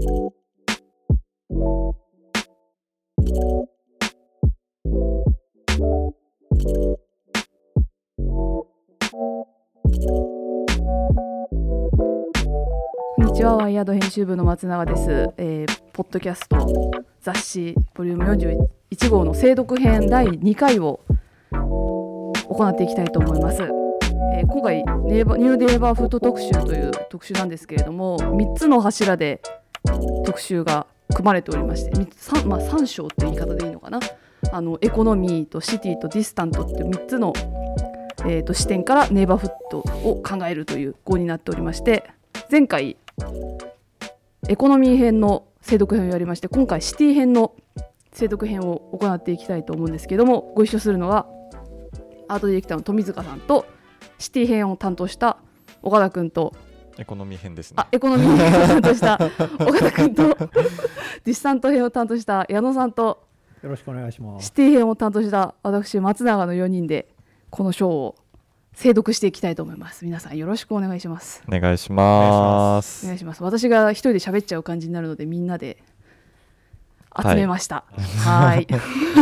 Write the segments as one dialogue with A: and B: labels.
A: こんにちは、ワイヤード編集部の松永です。ポッドキャスト雑誌ボリューム41号の精読編第2回を行っていきたいと思います。今回ニューネイバーフッド特集という特集なんですけれども、3つの柱で特集が組まれておりまして、3章って言い方でいいのかな。エコノミーとシティとディスタントっていう3つの、視点からネイバーフッドを考えるという号になっておりまして、前回エコノミー編の精読編をやりまして、今回シティ編の精読編を行っていきたいと思うんですけども、ご一緒するのはアートディレクターの富塚さんと、シティ編を担当した岡田君と、
B: エコノミー編ですね。
A: エコノミー編を担当した岡田君とディスタント編を担当した矢野さんと、
C: よろしくお願いします。
A: シティ編を担当した私松永の4人でこの章を精読していきたいと思います。皆さんよろしくお願いします。
B: お願いします。
A: お願いします。私が一人で喋っちゃう感じになるので、みんなで集めました。はい。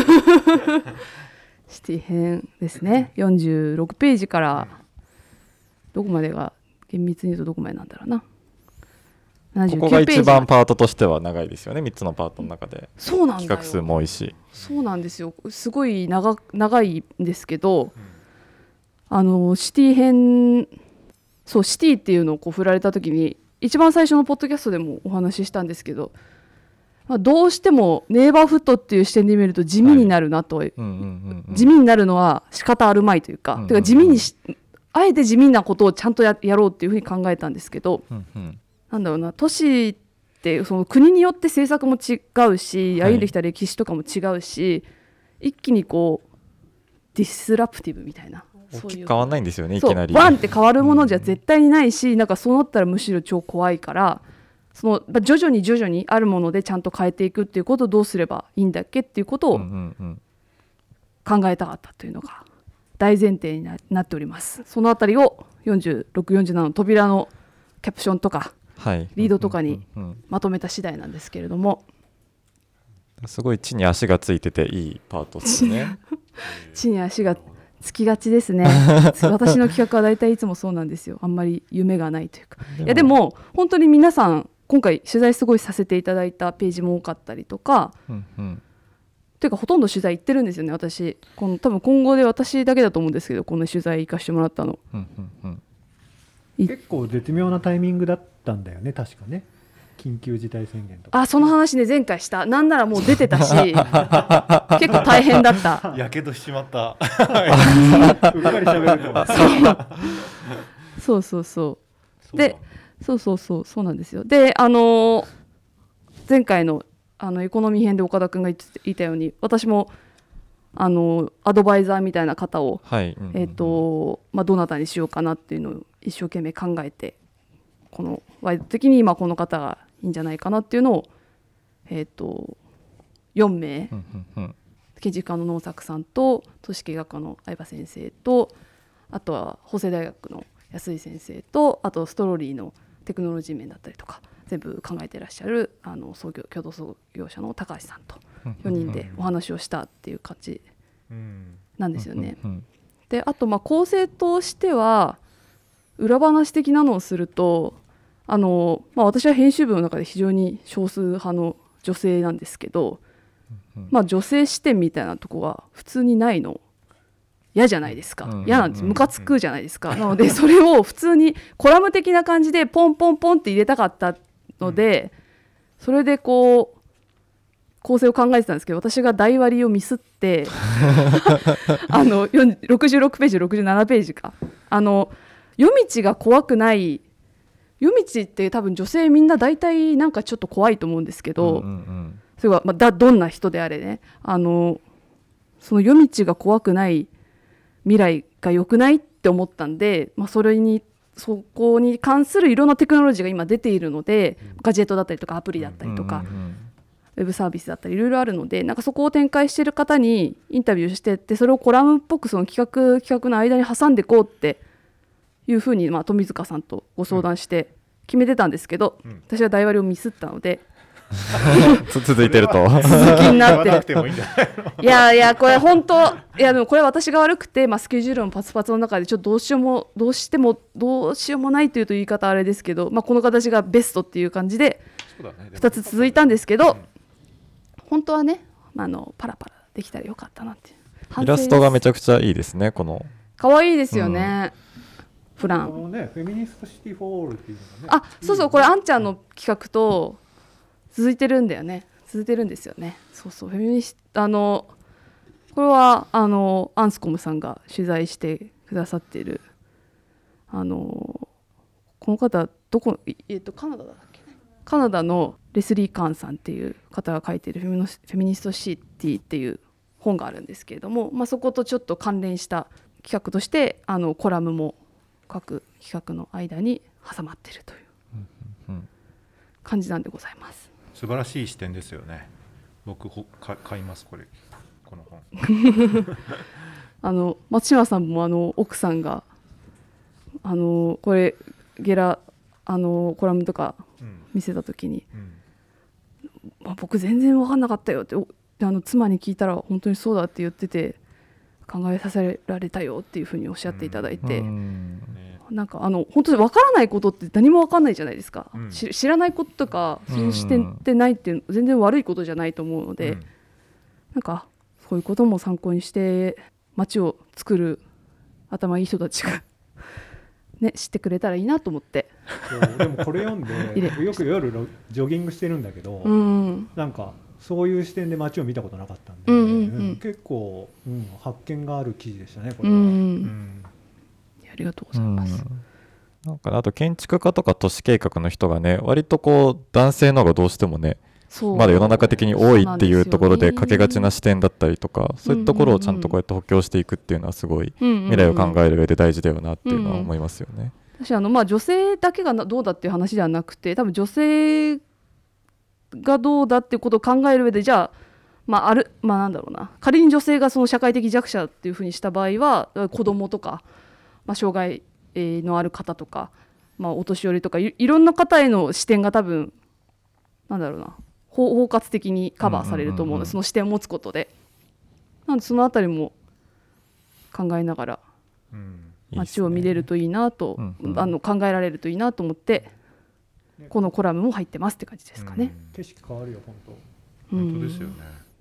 A: シティ編ですね。46ページからどこまでが厳密に言うとどこまでなんだろうな。79ページ。
B: ここが一番パートとしては長いですよね。3つのパートの中で。
A: そうなんだよ。
B: 企画数も多いし。
A: そうなんですよ。すごい長いんですけど、シティ編、そうシティっていうのをこう振られた時に、一番最初のポッドキャストでもお話ししたんですけど、どうしてもネイバーフッドっていう視点で見ると地味になるなと、地味になるのは仕方あるまいというか、てか地味にあえて地味なことをちゃんと やろうっていうふうに考えたんですけど、なんだろうな、都市ってその国によって政策も違うし、歩んできた歴史とかも違うし、一気にこうディスラプティブみたいな、
B: 大きく変わんないんですよね。いきなり
A: バンって変わるものじゃ絶対にないし、なんかそうなったらむしろ超怖いから、その徐々にあるものでちゃんと変えていくっていうことをどうすればいいんだっけっていうことを考えたかったというのが大前提に なっております。そのあたりを46、47の扉のキャプションとか、リードとかにまとめた次第なんですけれども、
B: すごい地に足がついてていいパートですね。
A: 地に足がつきがちですね。私の企画はだいたいいつもそうなんですよ。あんまり夢がないというか。でも本当に皆さん今回取材すごいさせていただいたページも多かったりとか、というかほとんど取材行ってるんですよね。私多分今後で私だけだと思うんですけど、この取材行かしてもらったの、
C: 結構絶妙なタイミングだったんだよね、確かね。緊急事態宣言とか。
A: その話ね、前回した。なんならもう出てたし結構大変だった。
D: やけどしちまった。
C: うっかり喋る
A: とそうで、そうなんですよ。で、前回のエコノミー編で岡田君が言っていたように、私もアドバイザーみたいな方を、どなたにしようかなっていうのを一生懸命考えて、このワイド的に今この方がいいんじゃないかなっていうのを、4名、建築家の能作さんと都市計画科の相葉先生と、あとは法政大学の安井先生と、あとストローリーのテクノロジー面だったりとか全部考えていらっしゃる共同創業者の高橋さんと4人でお話をしたっていう感じなんですよね。で、あと構成としては裏話的なのをすると、私は編集部の中で非常に少数派の女性なんですけど、女性視点みたいなとこが普通にないの嫌じゃないですか。嫌なんです。ムカつくじゃないですか。なのでそれを普通にコラム的な感じでポンポンポンって入れたかったので、それでこう構成を考えてたんですけど、私が台割りをミスって66ページ67ページか、夜道が怖くない、夜道って多分女性みんな大体なんかちょっと怖いと思うんですけど、それはどんな人であれね、その夜道が怖くない未来が良くないって思ったんで、そこに関するいろんなテクノロジーが今出ているので、ガジェットだったりとかアプリだったりとか、ウェブサービスだったりいろいろあるので、なんかそこを展開している方にインタビューしてって、それをコラムっぽくその企画の間に挟んでいこうっていうふうに、富塚さんとご相談して決めてたんですけど、
D: うん
A: 私は台割りをミスったので
B: 続いてると
A: 続きになって
D: 言わなく
A: る
D: てもいいんじゃないの
A: いやいやこれ本当いやでもこれは私が悪くて、スケジュールのパツパツの中でちょっとどうしようもないというと言い方あれですけど、この形がベストっていう感じで
D: そうだね、でも
A: 2つ続いたんですけど、
D: うん
A: 本当はね、パラパラできたらよかったなっていう
B: イラストがめち
A: ゃ
B: ゃくちゃいいですねこの。
A: 可愛いですよね、フラン
C: このねフェミニストシティフォーオールっていうのがね、
A: そうそう、これあんちゃんの企画と続いてるんだよね、続いてるんですよね。そうそう、フェミニストこれはアンスコムさんが取材してくださっているこの方カナダだっけね、カナダのレスリー・カーンさんっていう方が書いているフェミニストシティっていう本があるんですけれども、そことちょっと関連した企画としてコラムも各企画の間に挟まっているという感じなんでございます。
D: 素晴らしい視点ですよね。僕買いますこの本
A: 松島さんも奥さんがこれコラムとか見せた時に、僕全然分かんなかったよって妻に聞いたら本当にそうだって言ってて考えさせられたよっていうふうにおっしゃっていただいて、なんか本当に分からないことって何も分かんないじゃないですか、知らないこととかそういう視点ってないっていう全然悪いことじゃないと思うので、なんかそういうことも参考にして街を作る頭いい人たちがね、知ってくれたらいいなと思って。
C: でもこれ読んでよく夜ジョギングしてるんだけど、なんかそういう視点で街を見たことなかったんで、結構、発見がある記事でしたねこれは。
A: ありがとうございます。
B: なんかあと建築家とか都市計画の人がね割とこう男性の方がどうしてもねまだ世の中的に多いっていうところでかけがちな視点だったりとか、そういうところをちゃんとこうやって補強していくっていうのはすごい未来を考える上で大事だよなっていうのは思いますよね。
A: 私女性だけがどうだっていう話ではなくて、多分女性がどうだっていうことを考える上で、じゃあなんだろうな、仮に女性がその社会的弱者っていうふうにした場合は子供とか、障害のある方とか、お年寄りとか いろんな方への視点が多分なんだろうな包括的にカバーされると思うので、その視点を持つことで、なのでそのあたりも考えながら街を見れるといいなと、考えられるといいなと思って、このコラムも入ってますって感じですかね。
C: 景色変わるよ
D: 本当ですよね。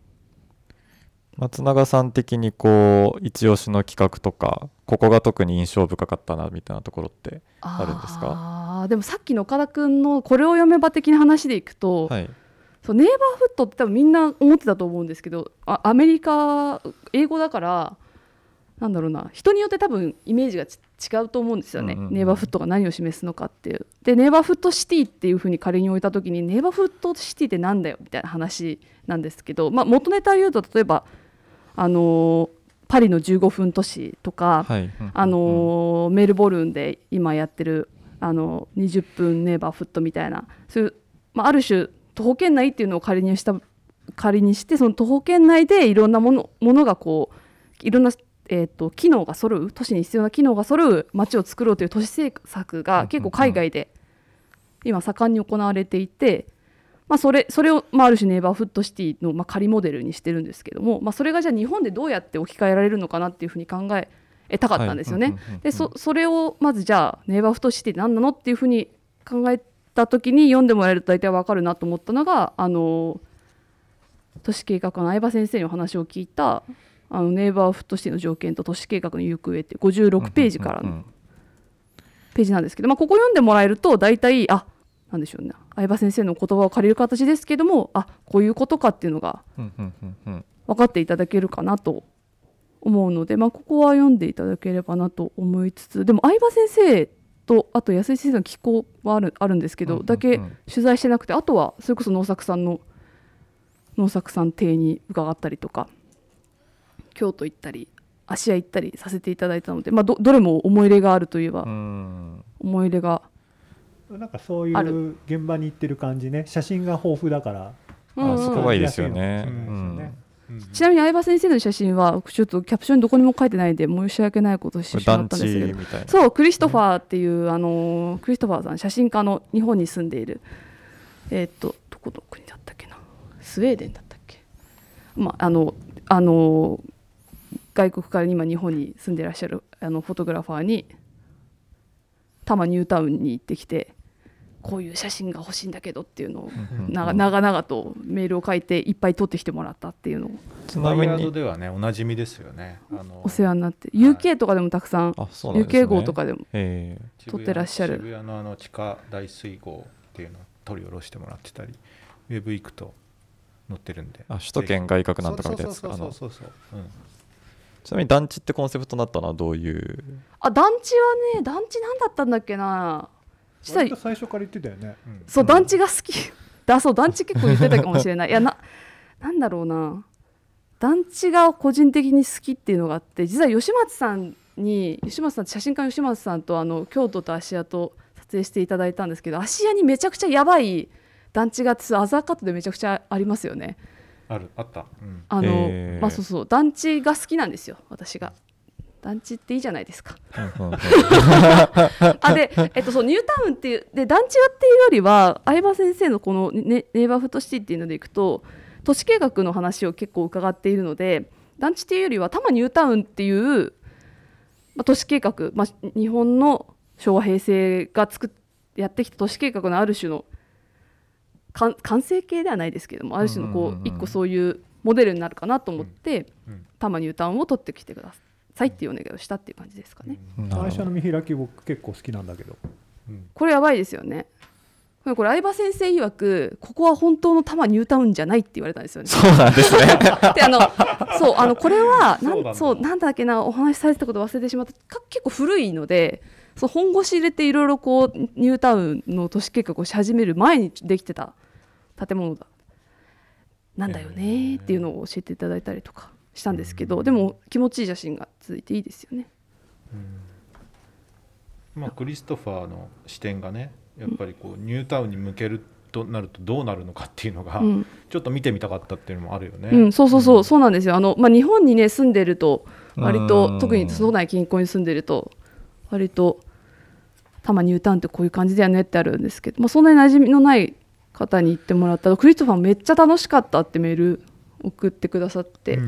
B: 松永さん的にこう一押しの企画とかここが特に印象深かったなみたいなところってあるんですか？
A: でもさっきの岡田君のこれを読めば的な話でいくと、そうネイバーフットって多分みんな思ってたと思うんですけど、アメリカ英語だからなんだろうな、人によって多分イメージが違うと思うんですよね、ネイバーフットが何を示すのかっていう。でネイバーフットシティっていう風に仮に置いた時に、ネイバーフットシティってなんだよみたいな話なんですけど、元ネタを言うと例えばパリの15分都市とか、メルボルンで今やってる20分ネイバーフットみたいな、そういう、ある種徒歩圏内っていうのを仮にして、その徒歩圏内でいろんなものがこういろんな、機能が揃う、都市に必要な機能が揃う街を作ろうという都市政策が結構海外で今盛んに行われていて、それを、ある種ネイバーフットシティの、仮モデルにしてるんですけども、それがじゃあ日本でどうやって置き換えられるのかなっていうふうに考えたかったんですよね。でそれをまずじゃあネイバーフットシティって何なのっていうふうに考えた時に読んでもらえると大体分かるなと思ったのが、都市計画の相葉先生にお話を聞いたネイバーフットシティの条件と都市計画の行方って56ページからのページなんですけど、ここ読んでもらえると大体なんでしょうね、相葉先生の言葉を借りる形ですけども、こういうことかっていうのが分かっていただけるかなと思うので、ここは読んでいただければなと思いつつ、でも相葉先生とあと安井先生の寄稿はあるんですけど、だけ取材してなくて、あとはそれこそ能作さん邸に伺ったりとか、京都行ったり芦屋行ったりさせていただいたので、どれも思い入れがあるといえば思い入れが
C: なんかそういう現場に行ってる感じね、写真が豊富だから、
B: そこがいいですよね。
A: ちなみに相葉先生の写真はちょっとキャプションどこにも書いてないんで申し訳ないことをしてしまったんですけど、そうクリストファーっていう、クリストファーさん写真家の日本に住んでいるどこの国だったっけな、スウェーデンだったっけ、外国から今日本に住んでいらっしゃるフォトグラファーに多摩ニュータウンに行ってきて、こういう写真が欲しいんだけどっていうのを長々とメールを書いていっぱい撮ってきてもらったっていうのを、
D: ちなみにワイヤードではねおなじみですよね、
A: お世話になって、UK とかでもたくさん、UK 号とかでも撮ってらっしゃる、
D: 渋谷の地下大水号っていうのを取り下ろしてもらってたり、ウェブ行くと載ってるんで、
B: 首都圏外郭なんとかみたいなやつかな。ちなみに団地ってコンセプトになったのはどういう？
A: 団地はね、団地なんだったんだっけな、
C: 割と最初から言ってたよね。
A: そう、団地が好きだ、そう団地結構言ってたかもしれない。いやなんだろうな、団地が個人的に好きっていうのがあって、実は写真家吉松さんと京都と芦屋と撮影していただいたんですけど、芦屋にめちゃくちゃやばい団地がアザーカットでめちゃくちゃありますよね。
D: あった、
A: そう団地が好きなんですよ、私が。団地っていいじゃないですかで、そうニュータウンっていうで、団地はっていうよりは相葉先生のこの、ネイバーフットシティっていうのでいくと都市計画の話を結構伺っているので、団地っていうよりは多摩ニュータウンっていう、都市計画、日本の昭和平成がやってきた都市計画のある種の完成形ではないですけども、ある種の一個そういうモデルになるかなと思って、多摩ニュータウンを取ってきてくださいっていうお願いをしたっていう感じですかね。
C: 会社の見開き僕結構好きなんだけど、
A: これやばいですよね。これ相葉先生曰く、ここは本当の多摩ニュータウンじゃないって言われたんですよね。
B: そうなんですね
A: でこれはなんだっけな、お話しされてたこと忘れてしまった。結構古いので、本腰入れていろいろニュータウンの都市計画をし始める前にできてた建物なんだよねっていうのを教えていただいたりとかしたんですけど、でも気持ちいい写真が続いていいですよね。
D: クリストファーの視点がね、やっぱりニュータウンに向けるとなるとどうなるのかっていうのが、ちょっと見てみたかったっていうのもあるよね。
A: そうなんですよ。日本にね住んでると割と、特に都内近郊に住んでると割と多摩ニュータウンってこういう感じだよねってあるんですけど、そんなに馴染みのない方に言ってもらったら、クリストファーめっちゃ楽しかったってメール送ってくださって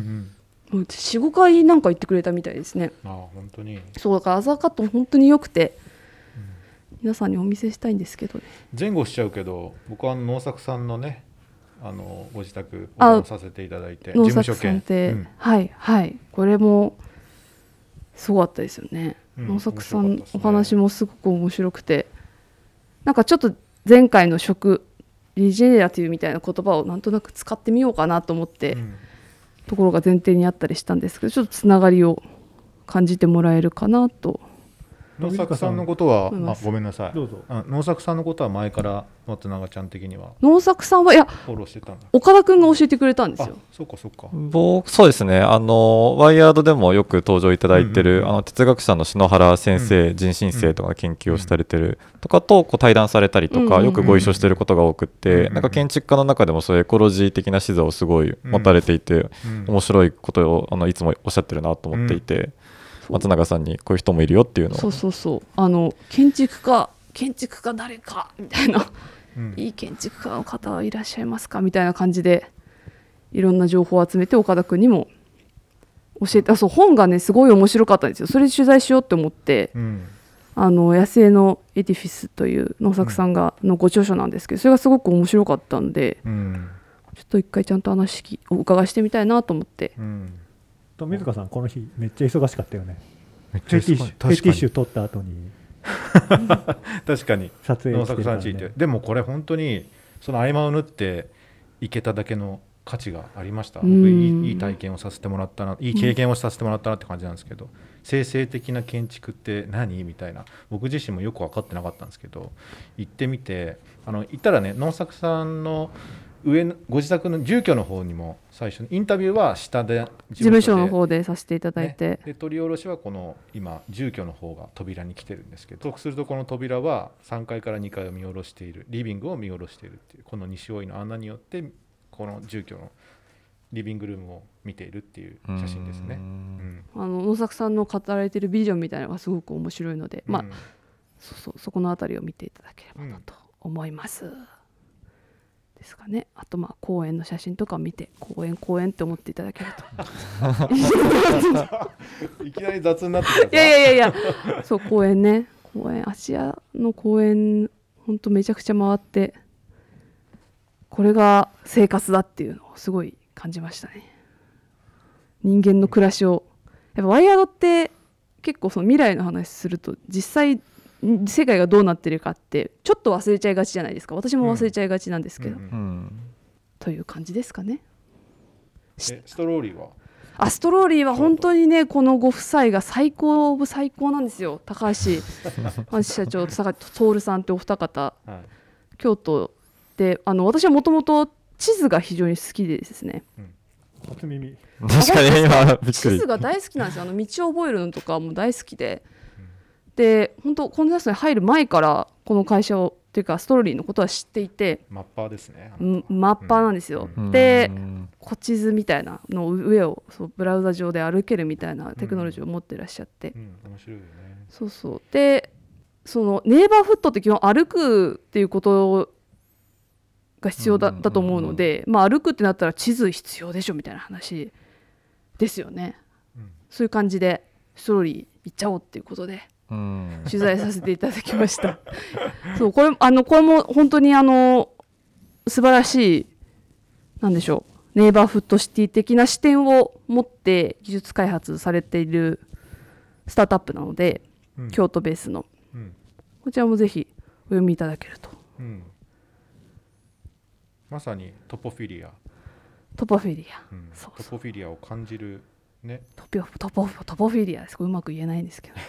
A: 、4、5回なんか言ってくれたみたいですね。
D: 本当に。
A: そうだからアザーカットも本当に良くて、皆さんにお見せしたいんですけどね。
D: 前後しちゃうけど、僕は能作さんのね、ご自宅お邪魔させていただいて、
A: 事務所兼、これもすごかったですよね。能作さん、お話もすごく面白くて、なんかちょっと前回のリジェネラティブみたいな言葉をなんとなく使ってみようかなと思って、ところが前提にあったりしたんですけど、ちょっとつながりを感じてもらえるかなと。
D: 能作さんのことはごめんなさい、
C: どうぞ。
D: 能作さんのことは前から松永ちゃん的には
A: 能作さんはフォローしてたんだ。岡田くんが教えてくれたんですよ。
D: そうか
B: そうですね、ワイヤードでもよく登場いただいてる、哲学者の篠原先生、人新世とか研究をされてるとかと対談されたりとか、よくご一緒してることが多くって、なんか建築家の中でもそういうエコロジー的な視座をすごい持たれていて、面白いことをいつもおっしゃってるなと思っていて、松永さんにこういう人もいるよっていうのを、
A: 建築家誰かみたいな、いい建築家の方はいらっしゃいますかみたいな感じでいろんな情報を集めて岡田君にも教えて、本がねすごい面白かったんですよ。それで取材しようって思って、野生のエディフィスという能作さんのご著書なんですけど、それがすごく面白かったんで、ちょっと一回ちゃんと話をお伺いしてみたいなと思って。
C: 水香さんこの日めっちゃ忙しかったよね。フェティッシュ撮った後に
D: 確かに
C: 撮影
D: 能作さんについて、でもこれ本当にその合間を縫っていけただけの価値がありました。僕いい体験をさせてもらったな、いい経験をさせてもらったなって感じなんですけど、生成的な建築って何みたいな、僕自身もよく分かってなかったんですけど、行ってみて行ったらね、能作さんのご自宅の住居の方にも最初にインタビューは下で
A: 事務所の方でさせていただいて、
D: で取り下ろしはこの今住居の方が扉に来てるんですけど、そうするとこの扉は3階から2階を見下ろしている、リビングを見下ろしているっていう、この西大井の穴によってこの住居のリビングルームを見ているっていう写真ですね。
A: 野作さんの語られているビジョンみたいなのがすごく面白いので、そこのあたりを見ていただければなと思います、ですかね。あと公園の写真とかを見て公園って思っていただける
D: といきなり雑になってきた。
A: いやそう公園ね、芦屋の公園ほんとめちゃくちゃ回って、これが生活だっていうのをすごい感じましたね。人間の暮らしをやっぱワイヤードって結構その未来の話すると実際世界がどうなってるかってちょっと忘れちゃいがちじゃないですか。私も忘れちゃいがちなんですけど、という感じですかね。
D: ストローリーは
A: ストローリーは本当にね、このご夫妻が最高オブ最高なんですよ。高橋社長と坂徹さんってお二方、京都で私はもともと地図が非常に好きでですね、
C: 初耳。
B: 確かに今びっくり。
A: 地図が大好きなんですよ。道を覚えるのとかも大好きで、で本当コンテストに入る前からこの会社をというかストローリーのことは知っていて、
D: マッパーですね。
A: マッパーなんですよ。で小地図みたいなの上をブラウザ上で歩けるみたいなテクノロジーを持っていらっしゃって、
D: 面白いよね。
A: そうでそのネイバーフットって基本歩くっていうことが必要だと思うので、歩くってなったら地図必要でしょみたいな話ですよね、そういう感じでストローリー行っちゃおうっていうことで取材させていただきましたそうこれも本当に素晴らしい、なんでしょう、ネイバーフットシティ的な視点を持って技術開発されているスタートアップなので、京都ベースの、こちらもぜひお読みいただけると、
D: まさにトポフィリア、
A: トポフィリア
D: を感じるね。
A: トポフィリアです。うまく言えないんですけど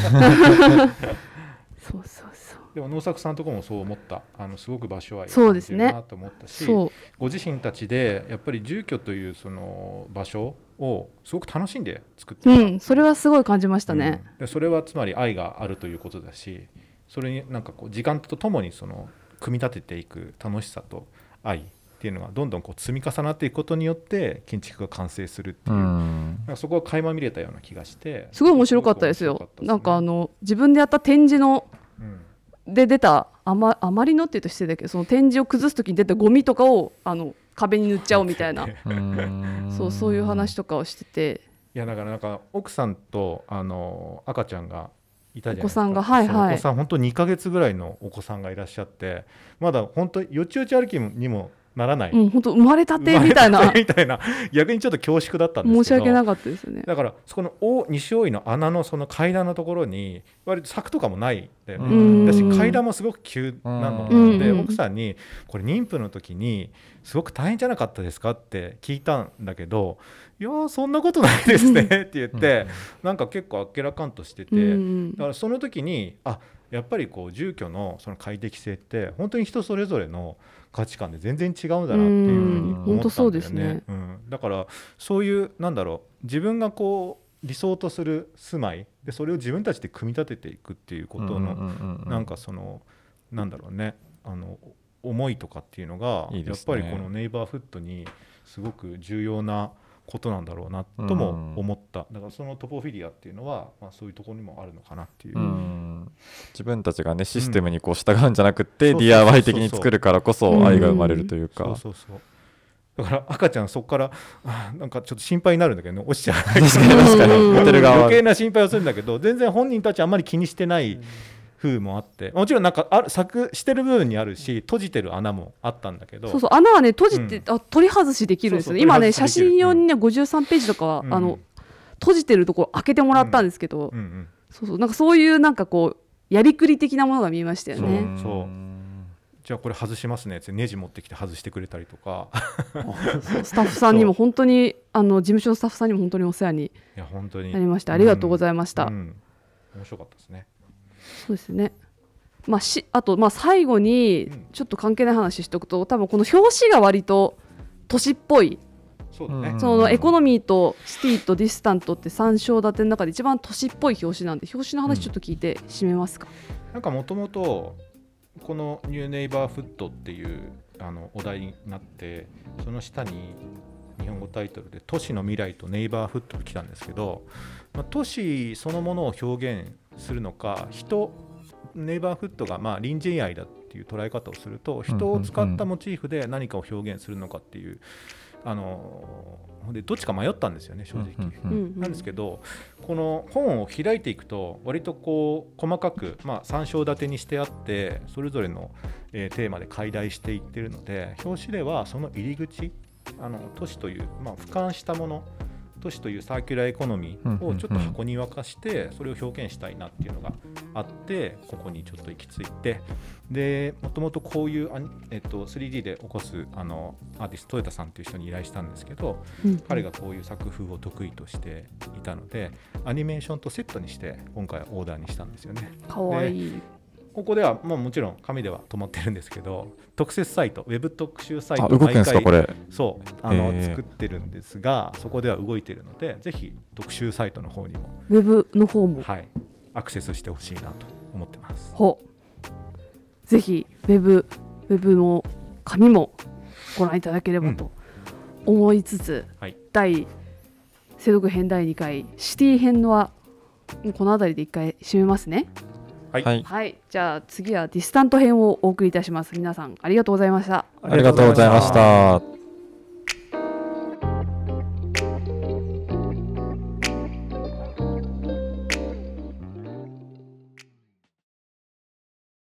A: そう
D: でも能作さんのところもそう思った。すごく場所愛を感じるなと思ったし、ご自身たちでやっぱり住居というその場所をすごく楽しんで作ってた、
A: それはすごい感じましたね、
D: でそれはつまり愛があるということだし、それになんかこう時間とともにその組み立てていく楽しさと愛っていうのがどんどんこう積み重なっていくことによって建築が完成するっていう、なんかそこが垣間見れたような気がして、
A: すごい面白かったですよ。なんか自分でやった展示の、で出たあまりのって言うと失礼だけど、その展示を崩す時に出たゴミとかを壁に塗っちゃおうみたいなそういう話とかをしてて、
D: いやだからなんか奥さんと赤ちゃんがいたじゃないですか。お
A: 子さんが、お
D: 子さん本当2ヶ月ぐらいのお子さんがいらっしゃって、まだ本当よちよち歩きにもならない、
A: 本当生まれたてみたいな
D: 逆にちょっと恐縮だったんですけど、
A: 申し訳なかったですよね。
D: だからそこの西大井の穴のその階段のところに割と柵とかもないんだよね。だし階段もすごく急なので、奥さんにこれ妊婦の時にすごく大変じゃなかったですかって聞いたんだけど、いやそんなことないですねって言って、なんか結構あっけらかんとしてて、だからその時にやっぱりこう住居のその快適性って本当に人それぞれの価値観で全然違うんだなっていうふうに思ったんだよね。だからそういうなんだろう、自分がこう理想とする住まいでそれを自分たちで組み立てていくっていうことのなんかそのなんだろうね、思いとかっていうのがやっぱりこのネイバーフットにすごく重要なことなんだろうなとも思った。だからそのトポフィリアっていうのは、そういうところにもあるのかなっていう、
B: 自分たちがねシステムにこう従うんじゃなくて DIY 的に作るからこそ愛が生まれるというか、だから赤ちゃんそこからなんかちょっと心配になるんだけど、落ちちゃう確かに見てる側余計な心配をするんだけど、全然本人たちあんまり気にしてない風もあって、もちろんなんか柵してる部分にあるし閉じてる穴もあったんだけど、
A: 穴はね閉じて、取り外しできるんですよ。今ね写真用にね53ページとかは、閉じてるところ開けてもらったんですけど、なんかそういうなんかこうやりくり的なものが見えましたよね。
D: じゃあこれ外しますねってネジ持ってきて外してくれたりとか
A: スタッフさんにも本当に事務所のスタッフさんにも本当にお世話になりました。ありがとうございました。
D: 面白かったですね。
A: そうですね。あと最後にちょっと関係ない話しておくと、多分この表紙が割と都市っぽい、そのエコノミーとシティとディスタントって3章立ての中で一番都市っぽい表紙なんで、表紙の話ちょっと聞いて締めますか。
D: なんかもともとこのニューネイバーフットっていうお題になって、その下に日本語タイトルで都市の未来とネイバーフッドと来たんですけど、都市そのものを表現するのか、ネイバーフッドが隣人愛だっていう捉え方をすると、人を使ったモチーフで何かを表現するのかっていう、でどっちか迷ったんですよね正直、なんですけど、この本を開いていくと割とこう細かく、3章立てにしてあってそれぞれの、テーマで解題していってるので、表紙ではその入り口、都市という、俯瞰したもの、都市というサーキュラーエコノミーをちょっと箱に沸かしてそれを表現したいなっていうのがあって、ここにちょっと行き着いて、でもともとこういう、3D で起こすアーティスト豊田さんという人に依頼したんですけど、彼がこういう作風を得意としていたので、アニメーションとセットにして今回はオーダーにしたんですよね。
A: かわいい。
D: ここではもちろん紙では止まってるんですけど、特設サイト、ウェブ特集サイトを
B: 動くんですかこれ。
D: そう作ってるんですが、そこでは動いてるので、ぜひ特集サイトの方にも
A: ウェブの方も、
D: アクセスしてほしいなと思ってます。
A: ぜひウェブの紙もご覧いただければと思いつつ、第世読編第2回シティ編のはこの辺りで一回締めますね。はい、じゃあ次はディスタント編をお送りいたします。皆さんありがとうございました。
B: ありがとうございました。